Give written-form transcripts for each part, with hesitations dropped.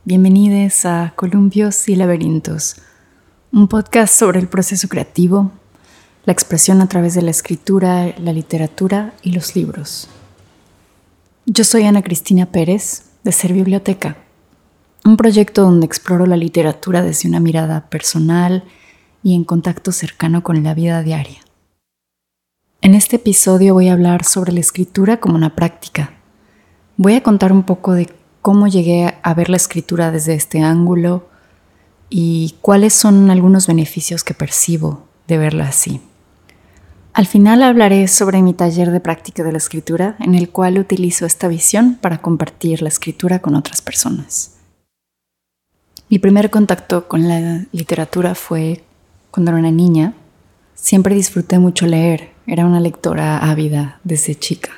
Bienvenidos a Columpios y Laberintos, un podcast sobre el proceso creativo, la expresión a través de la escritura, la literatura y los libros. Yo soy Ana Cristina Pérez, de Ser Biblioteca, un proyecto donde exploro la literatura desde una mirada personal y en contacto cercano con la vida diaria. En este episodio voy a hablar sobre la escritura como una práctica. Voy a contar un poco de cómo llegué a ver la escritura desde este ángulo y cuáles son algunos beneficios que percibo de verla así. Al final hablaré sobre mi taller de práctica de la escritura, en el cual utilizo esta visión para compartir la escritura con otras personas. Mi primer contacto con la literatura fue cuando era una niña. Siempre disfruté mucho leer, era una lectora ávida desde chica.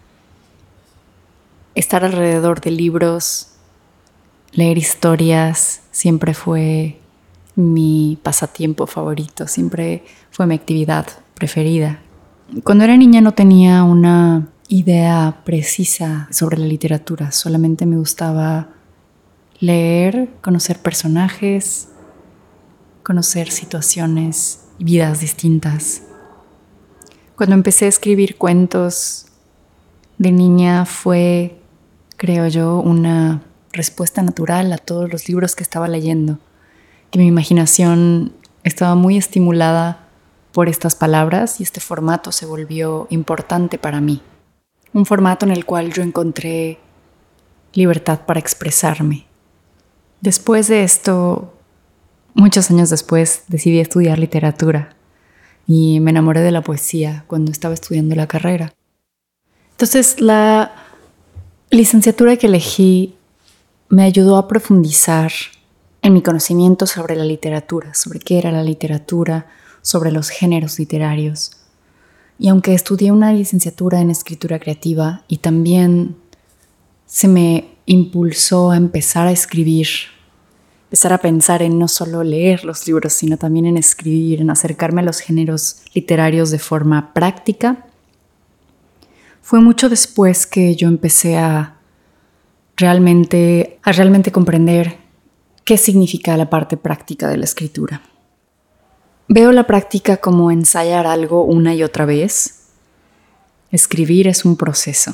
Estar alrededor de libros, leer historias, siempre fue mi pasatiempo favorito, siempre fue mi actividad preferida. Cuando era niña no tenía una idea precisa sobre la literatura, solamente me gustaba leer, conocer personajes, conocer situaciones y vidas distintas. Cuando empecé a escribir cuentos de niña fue, creo yo, una respuesta natural a todos los libros que estaba leyendo, que mi imaginación estaba muy estimulada por estas palabras y este formato se volvió importante para mí. Un formato en el cual yo encontré libertad para expresarme. Después de esto, muchos años después, decidí estudiar literatura y me enamoré de la poesía cuando estaba estudiando la carrera. Entonces, la licenciatura que elegí me ayudó a profundizar en mi conocimiento sobre la literatura, sobre qué era la literatura, sobre los géneros literarios. Y aunque estudié una licenciatura en escritura creativa y también se me impulsó a empezar a escribir, empezar a pensar en no solo leer los libros, sino también en escribir, en acercarme a los géneros literarios de forma práctica, fue mucho después que yo empecé a realmente comprender qué significa la parte práctica de la escritura. Veo la práctica como ensayar algo una y otra vez. Escribir es un proceso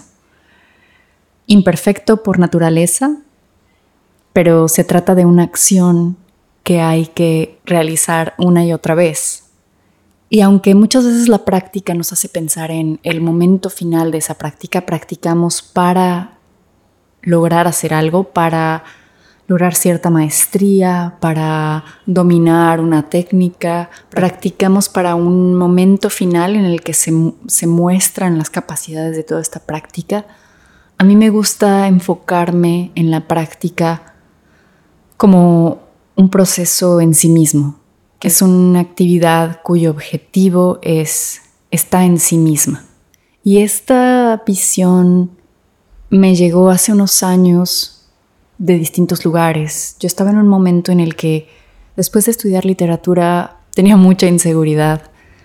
imperfecto por naturaleza, pero se trata de una acción que hay que realizar una y otra vez. Y aunque muchas veces la práctica nos hace pensar en el momento final de esa práctica, practicamos para lograr hacer algo, para lograr cierta maestría, para dominar una técnica, practicamos para un momento final en el que se muestran las capacidades de toda esta práctica. A mí me gusta enfocarme en la práctica como un proceso en sí mismo. Es una actividad cuyo objetivo está en sí misma. Y esta visión me llegó hace unos años de distintos lugares. Yo estaba en un momento en el que, después de estudiar literatura, tenía mucha inseguridad.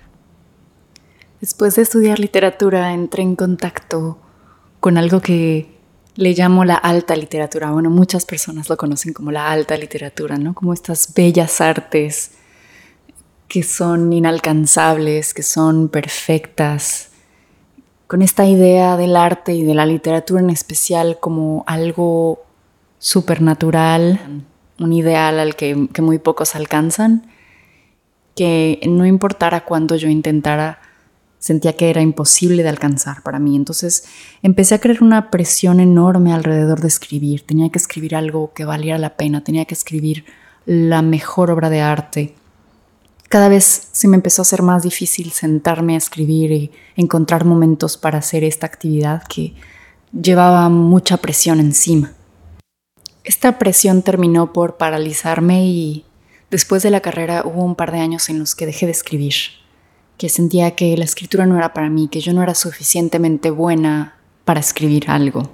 Después de estudiar literatura, entré en contacto con algo que le llamo la alta literatura. Bueno, muchas personas lo conocen como la alta literatura, ¿no? Como estas bellas artes que son inalcanzables, que son perfectas, con esta idea del arte y de la literatura en especial como algo supernatural, un ideal al que muy pocos alcanzan, que no importara cuánto yo intentara, sentía que era imposible de alcanzar para mí. Entonces empecé a crear una presión enorme alrededor de escribir. Tenía que escribir algo que valiera la pena, tenía que escribir la mejor obra de arte. Cada vez se me empezó a hacer más difícil sentarme a escribir y encontrar momentos para hacer esta actividad que llevaba mucha presión encima. Esta presión terminó por paralizarme y después de la carrera hubo un par de años en los que dejé de escribir, que sentía que la escritura no era para mí, que yo no era suficientemente buena para escribir algo.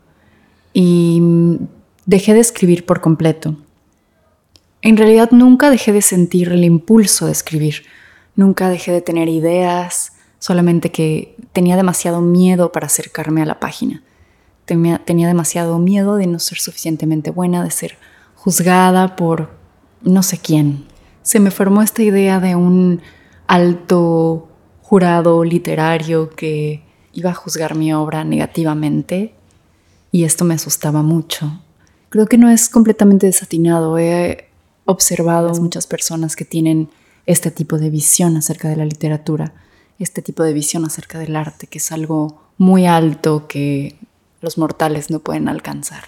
Y dejé de escribir por completo. En realidad nunca dejé de sentir el impulso de escribir, nunca dejé de tener ideas, solamente que tenía demasiado miedo para acercarme a la página. Tenía demasiado miedo de no ser suficientemente buena, de ser juzgada por no sé quién. Se me formó esta idea de un alto jurado literario que iba a juzgar mi obra negativamente y esto me asustaba mucho. Creo que no es completamente desatinado. He observado muchas personas que tienen este tipo de visión acerca de la literatura, este tipo de visión acerca del arte, que es algo muy alto que los mortales no pueden alcanzar.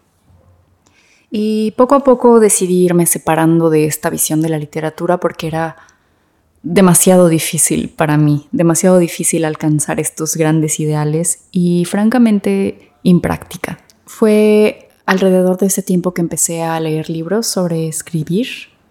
Y poco a poco decidí irme separando de esta visión de la literatura porque era demasiado difícil para mí, demasiado difícil alcanzar estos grandes ideales y francamente impráctica. Fue alrededor de ese tiempo que empecé a leer libros sobre escribir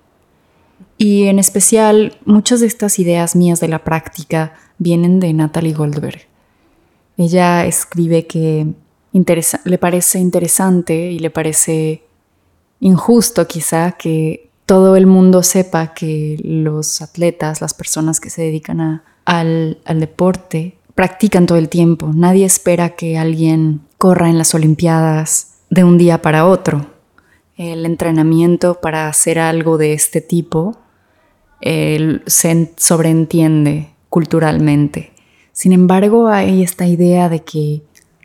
y en especial muchas de estas ideas mías de la práctica vienen de Natalie Goldberg. Ella escribe que le parece interesante y le parece injusto quizá que todo el mundo sepa que los atletas, las personas que se dedican al deporte, practican todo el tiempo. Nadie espera que alguien corra en las Olimpiadas de un día para otro. El entrenamiento para hacer algo de este tipo se sobreentiende culturalmente. Sin embargo, hay esta idea de que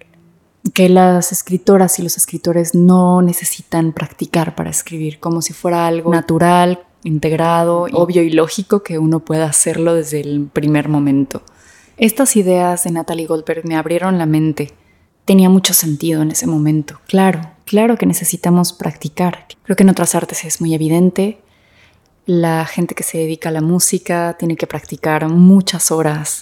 las escritoras y los escritores no necesitan practicar para escribir, como si fuera algo natural, integrado, obvio y lógico que uno pueda hacerlo desde el primer momento. Estas ideas de Natalie Goldberg me abrieron la mente. Tenía mucho sentido en ese momento. Claro que necesitamos practicar. Creo que en otras artes es muy evidente. La gente que se dedica a la música tiene que practicar muchas horas.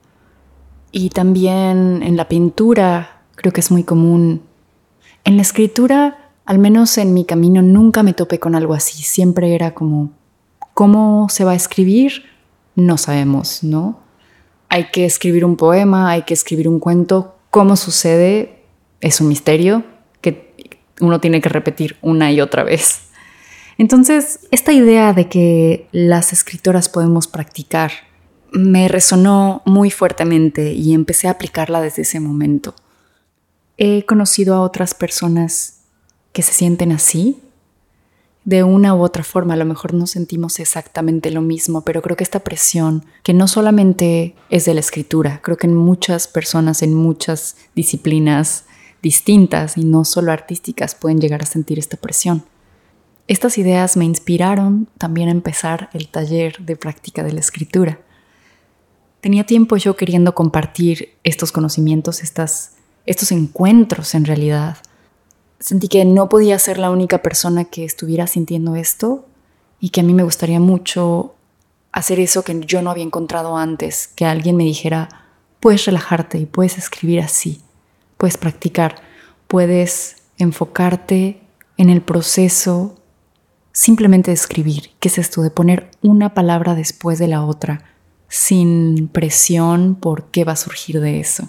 Y también en la pintura creo que es muy común. En la escritura, al menos en mi camino, nunca me topé con algo así. Siempre era como, ¿cómo se va a escribir? No sabemos, ¿no? Hay que escribir un poema, hay que escribir un cuento. ¿Cómo sucede? Es un misterio que uno tiene que repetir una y otra vez. Entonces, esta idea de que las escritoras podemos practicar me resonó muy fuertemente y empecé a aplicarla desde ese momento. He conocido a otras personas que se sienten así, de una u otra forma. A lo mejor no sentimos exactamente lo mismo, pero creo que esta presión, que no solamente es de la escritura, creo que en muchas personas, en muchas disciplinas distintas y no solo artísticas, pueden llegar a sentir esta presión. Estas ideas me inspiraron también a empezar el taller de práctica de la escritura. Tenía tiempo yo queriendo compartir estos conocimientos, estos encuentros en realidad. Sentí que no podía ser la única persona que estuviera sintiendo esto y que a mí me gustaría mucho hacer eso que yo no había encontrado antes, que alguien me dijera, puedes relajarte y puedes escribir así, puedes practicar, puedes enfocarte en el proceso simplemente de escribir. ¿Qué es esto? De poner una palabra después de la otra, sin presión por qué va a surgir de eso.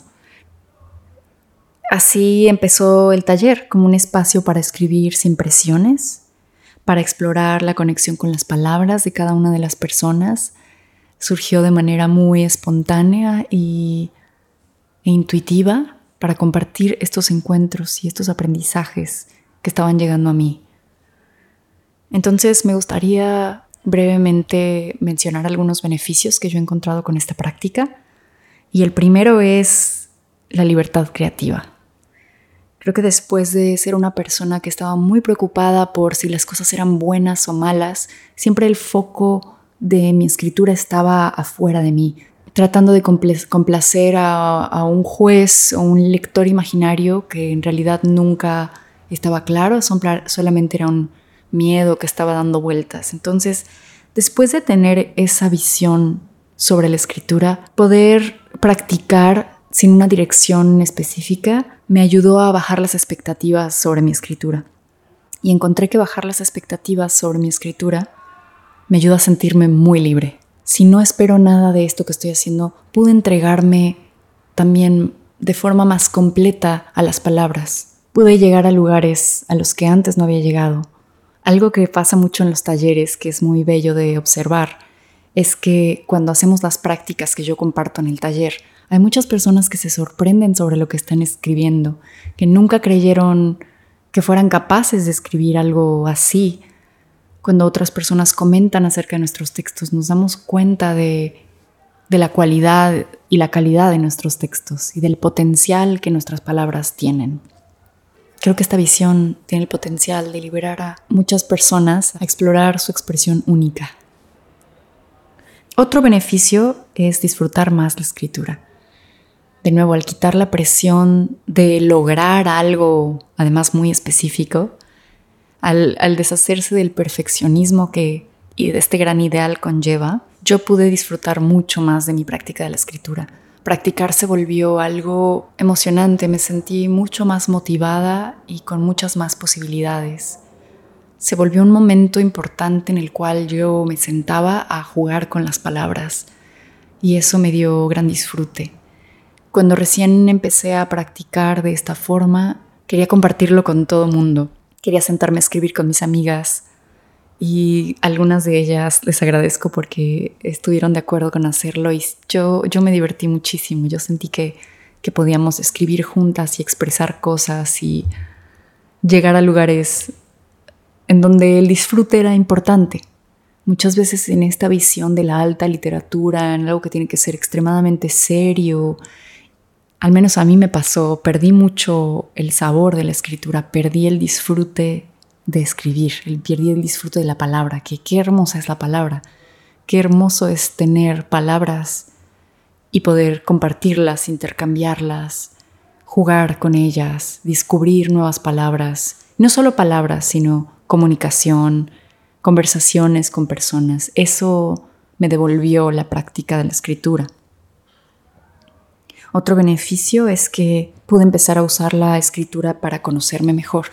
Así empezó el taller, como un espacio para escribir sin presiones, para explorar la conexión con las palabras de cada una de las personas. Surgió de manera muy espontánea e intuitiva para compartir estos encuentros y estos aprendizajes que estaban llegando a mí. Entonces me gustaría brevemente mencionar algunos beneficios que yo he encontrado con esta práctica. Y el primero es la libertad creativa. Creo que después de ser una persona que estaba muy preocupada por si las cosas eran buenas o malas, siempre el foco de mi escritura estaba afuera de mí, tratando de complacer a un juez o un lector imaginario que en realidad nunca estaba claro, solamente era un miedo que estaba dando vueltas. Entonces, después de tener esa visión sobre la escritura, poder practicar sin una dirección específica me ayudó a bajar las expectativas sobre mi escritura. Y encontré que bajar las expectativas sobre mi escritura me ayuda a sentirme muy libre. Si no espero nada de esto que estoy haciendo, pude entregarme también de forma más completa a las palabras. Pude llegar a lugares a los que antes no había llegado. Algo que pasa mucho en los talleres, que es muy bello de observar, es que cuando hacemos las prácticas que yo comparto en el taller, hay muchas personas que se sorprenden sobre lo que están escribiendo, que nunca creyeron que fueran capaces de escribir algo así. Cuando otras personas comentan acerca de nuestros textos, nos damos cuenta de la cualidad y la calidad de nuestros textos y del potencial que nuestras palabras tienen. Creo que esta visión tiene el potencial de liberar a muchas personas a explorar su expresión única. Otro beneficio es disfrutar más la escritura. De nuevo, al quitar la presión de lograr algo, además muy específico, al deshacerse del perfeccionismo y de este gran ideal conlleva, yo pude disfrutar mucho más de mi práctica de la escritura. Practicar se volvió algo emocionante, me sentí mucho más motivada y con muchas más posibilidades. Se volvió un momento importante en el cual yo me sentaba a jugar con las palabras y eso me dio gran disfrute. Cuando recién empecé a practicar de esta forma, quería compartirlo con todo el mundo. Quería sentarme a escribir con mis amigas y algunas de ellas les agradezco porque estuvieron de acuerdo con hacerlo y yo me divertí muchísimo. Yo sentí que podíamos escribir juntas y expresar cosas y llegar a lugares en donde el disfrute era importante. Muchas veces en esta visión de la alta literatura, en algo que tiene que ser extremadamente serio, al menos a mí me pasó, perdí mucho el sabor de la escritura, perdí el disfrute de escribir, perdí el disfrute de la palabra, que qué hermosa es la palabra, qué hermoso es tener palabras y poder compartirlas, intercambiarlas, jugar con ellas, descubrir nuevas palabras, no solo palabras, sino comunicación, conversaciones con personas. Eso me devolvió la práctica de la escritura. Otro beneficio es que pude empezar a usar la escritura para conocerme mejor.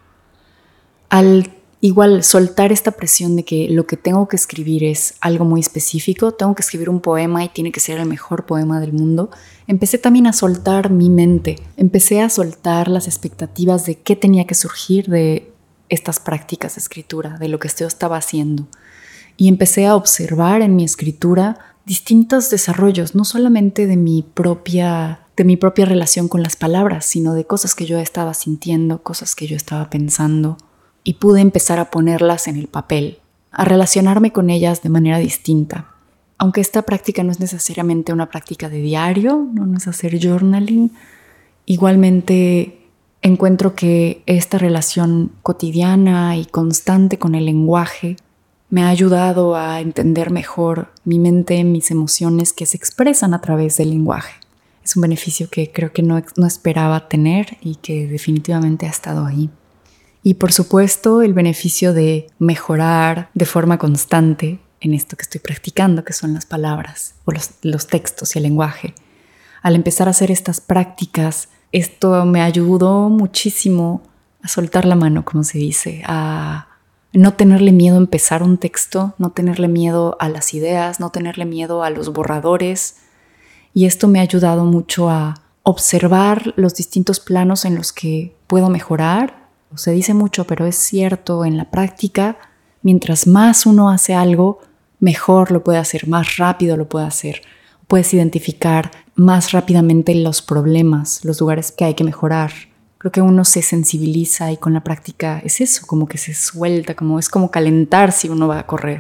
Al igual soltar esta presión de que lo que tengo que escribir es algo muy específico, tengo que escribir un poema y tiene que ser el mejor poema del mundo, empecé también a soltar mi mente, empecé a soltar las expectativas de qué tenía que surgir de estas prácticas de escritura, de lo que yo estaba haciendo. Y empecé a observar en mi escritura distintos desarrollos, no solamente de mi propia relación con las palabras, sino de cosas que yo estaba sintiendo, cosas que yo estaba pensando, y pude empezar a ponerlas en el papel, a relacionarme con ellas de manera distinta. Aunque esta práctica no es necesariamente una práctica de diario, no es hacer journaling, igualmente encuentro que esta relación cotidiana y constante con el lenguaje me ha ayudado a entender mejor mi mente, mis emociones que se expresan a través del lenguaje. Es un beneficio que creo que no esperaba tener y que definitivamente ha estado ahí. Y por supuesto el beneficio de mejorar de forma constante en esto que estoy practicando, que son las palabras o los textos y el lenguaje. Al empezar a hacer estas prácticas, esto me ayudó muchísimo a soltar la mano, como se dice, a no tenerle miedo a empezar un texto, no tenerle miedo a las ideas, no tenerle miedo a los borradores. Y esto me ha ayudado mucho a observar los distintos planos en los que puedo mejorar. Se dice mucho, pero es cierto, en la práctica, mientras más uno hace algo, mejor lo puede hacer, más rápido lo puede hacer. Puedes identificar más rápidamente los problemas, los lugares que hay que mejorar. Creo que uno se sensibiliza y con la práctica es eso, como que se suelta, es como calentar si uno va a correr.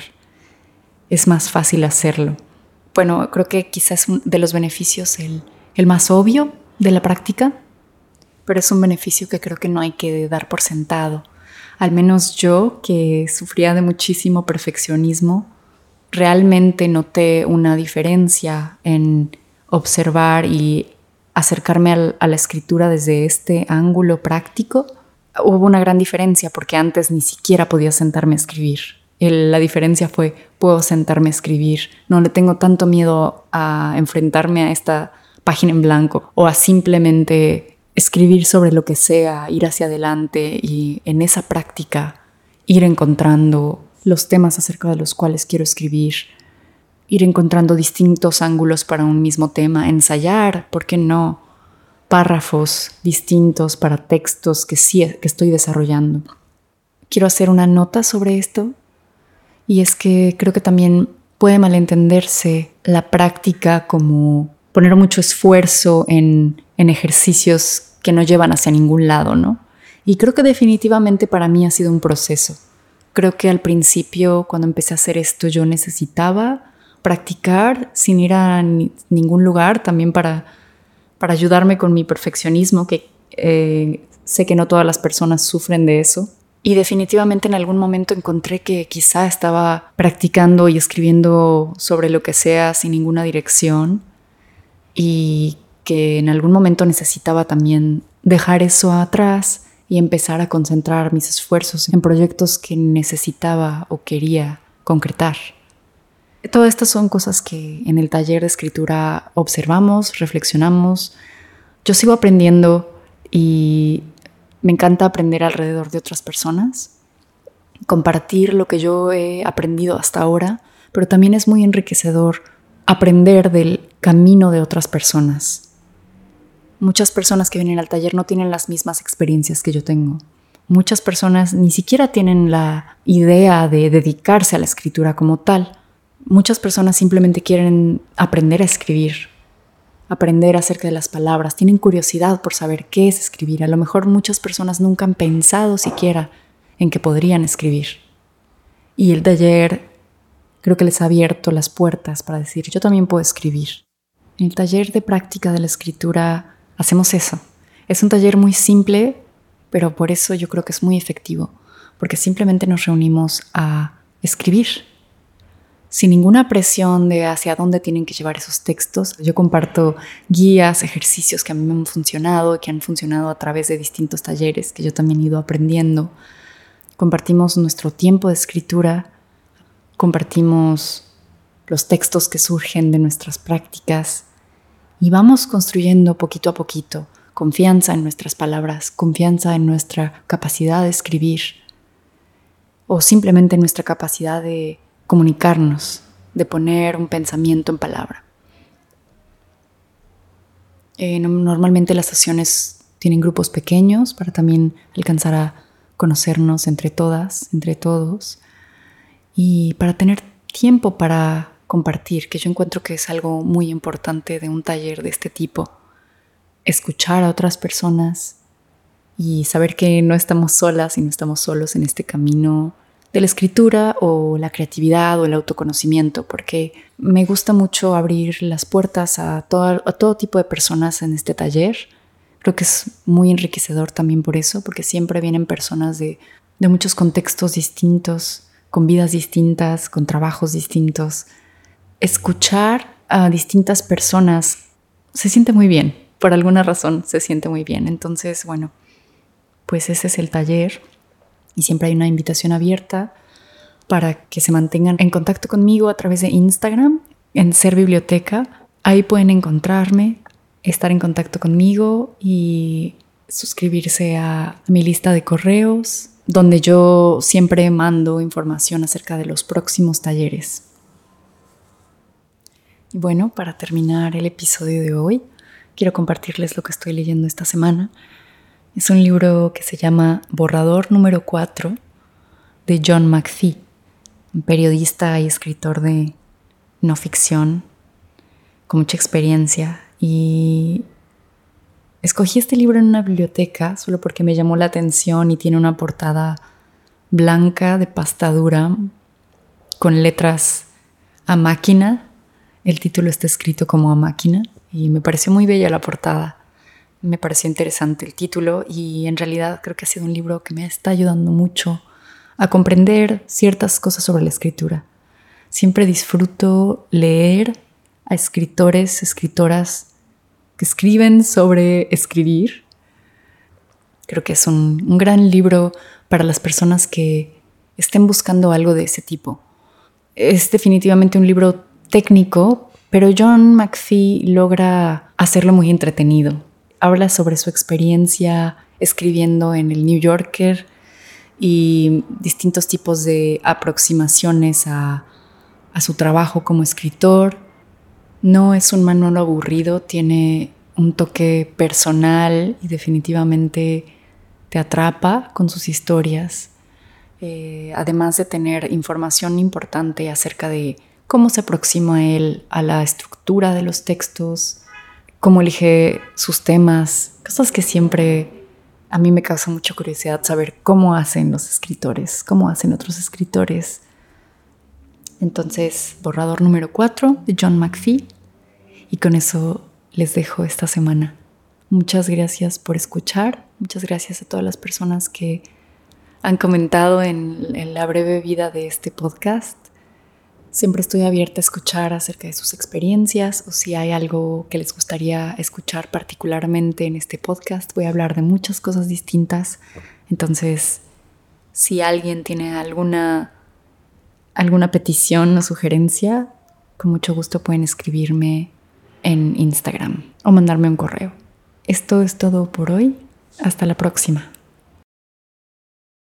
Es más fácil hacerlo. Bueno, creo que quizás de los beneficios el más obvio de la práctica, pero es un beneficio que creo que no hay que dar por sentado. Al menos yo, que sufría de muchísimo perfeccionismo, realmente noté una diferencia en observar y acercarme a la escritura desde este ángulo práctico. Hubo una gran diferencia porque antes ni siquiera podía sentarme a escribir. La diferencia fue, puedo sentarme a escribir. No le tengo tanto miedo a enfrentarme a esta página en blanco o a simplemente escribir sobre lo que sea, ir hacia adelante y en esa práctica ir encontrando los temas acerca de los cuales quiero escribir, ir encontrando distintos ángulos para un mismo tema, ensayar, ¿por qué no? Párrafos distintos para textos que estoy desarrollando. Quiero hacer una nota sobre esto y es que creo que también puede malentenderse la práctica como poner mucho esfuerzo en ejercicios que no llevan hacia ningún lado, ¿no? Y creo que definitivamente para mí ha sido un proceso. Creo que al principio, cuando empecé a hacer esto, yo necesitaba practicar sin ir a ningún lugar, también para ayudarme con mi perfeccionismo, que sé que no todas las personas sufren de eso. Y definitivamente en algún momento encontré que quizá estaba practicando y escribiendo sobre lo que sea sin ninguna dirección y que en algún momento necesitaba también dejar eso atrás y empezar a concentrar mis esfuerzos en proyectos que necesitaba o quería concretar. Todas estas son cosas que en el taller de escritura observamos, reflexionamos. Yo sigo aprendiendo y me encanta aprender alrededor de otras personas, compartir lo que yo he aprendido hasta ahora, pero también es muy enriquecedor aprender del camino de otras personas. Muchas personas que vienen al taller no tienen las mismas experiencias que yo tengo. Muchas personas ni siquiera tienen la idea de dedicarse a la escritura como tal. Muchas personas simplemente quieren aprender a escribir, aprender acerca de las palabras, tienen curiosidad por saber qué es escribir. A lo mejor muchas personas nunca han pensado siquiera en que podrían escribir. Y el taller creo que les ha abierto las puertas para decir, yo también puedo escribir. En el taller de práctica de la escritura hacemos eso. Es un taller muy simple, pero por eso yo creo que es muy efectivo, porque simplemente nos reunimos a escribir, sin ninguna presión de hacia dónde tienen que llevar esos textos. Yo comparto guías, ejercicios que a mí me han funcionado, que han funcionado a través de distintos talleres que yo también he ido aprendiendo. Compartimos nuestro tiempo de escritura, compartimos los textos que surgen de nuestras prácticas y vamos construyendo poquito a poquito confianza en nuestras palabras, confianza en nuestra capacidad de escribir o simplemente en nuestra capacidad de comunicarnos, de poner un pensamiento en palabra. Normalmente las sesiones tienen grupos pequeños para también alcanzar a conocernos entre todas, entre todos, y para tener tiempo para compartir, que yo encuentro que es algo muy importante de un taller de este tipo. Escuchar a otras personas y saber que no estamos solas y no estamos solos en este camino de la escritura o la creatividad o el autoconocimiento, porque me gusta mucho abrir las puertas a todo tipo de personas en este taller. Creo que es muy enriquecedor también por eso, porque siempre vienen personas de muchos contextos distintos, con vidas distintas, con trabajos distintos. Escuchar a distintas personas se siente muy bien, por alguna razón se siente muy bien. Entonces, bueno, pues ese es el taller. Y siempre hay una invitación abierta para que se mantengan en contacto conmigo a través de Instagram, en Ser Biblioteca. Ahí pueden encontrarme, estar en contacto conmigo y suscribirse a mi lista de correos, donde yo siempre mando información acerca de los próximos talleres. Y bueno, para terminar el episodio de hoy, quiero compartirles lo que estoy leyendo esta semana. Es un libro que se llama Borrador número 4 de John McPhee, un periodista y escritor de no ficción con mucha experiencia. Y escogí este libro en una biblioteca solo porque me llamó la atención y tiene una portada blanca de pasta dura con letras a máquina. El título está escrito como a máquina y me pareció muy bella la portada. Me pareció interesante el título y en realidad creo que ha sido un libro que me está ayudando mucho a comprender ciertas cosas sobre la escritura. Siempre disfruto leer a escritores, escritoras que escriben sobre escribir. Creo que es un gran libro para las personas que estén buscando algo de ese tipo. Es definitivamente un libro técnico, pero John McPhee logra hacerlo muy entretenido. Habla sobre su experiencia escribiendo en el New Yorker y distintos tipos de aproximaciones a su trabajo como escritor. No es un manual aburrido, tiene un toque personal y definitivamente te atrapa con sus historias. Además de tener información importante acerca de cómo se aproxima él a la estructura de los textos, cómo elige sus temas, cosas que siempre A mí me causa mucha curiosidad saber cómo hacen los escritores, cómo hacen otros escritores. Entonces, borrador número 4 de John McPhee. Y con eso les dejo esta semana. Muchas gracias por escuchar. Muchas gracias a todas las personas que han comentado en la breve vida de este podcast. Siempre estoy abierta a escuchar acerca de sus experiencias o si hay algo que les gustaría escuchar particularmente en este podcast. Voy a hablar de muchas cosas distintas. Entonces, si alguien tiene alguna petición o sugerencia, con mucho gusto pueden escribirme en Instagram o mandarme un correo. Esto es todo por hoy. Hasta la próxima.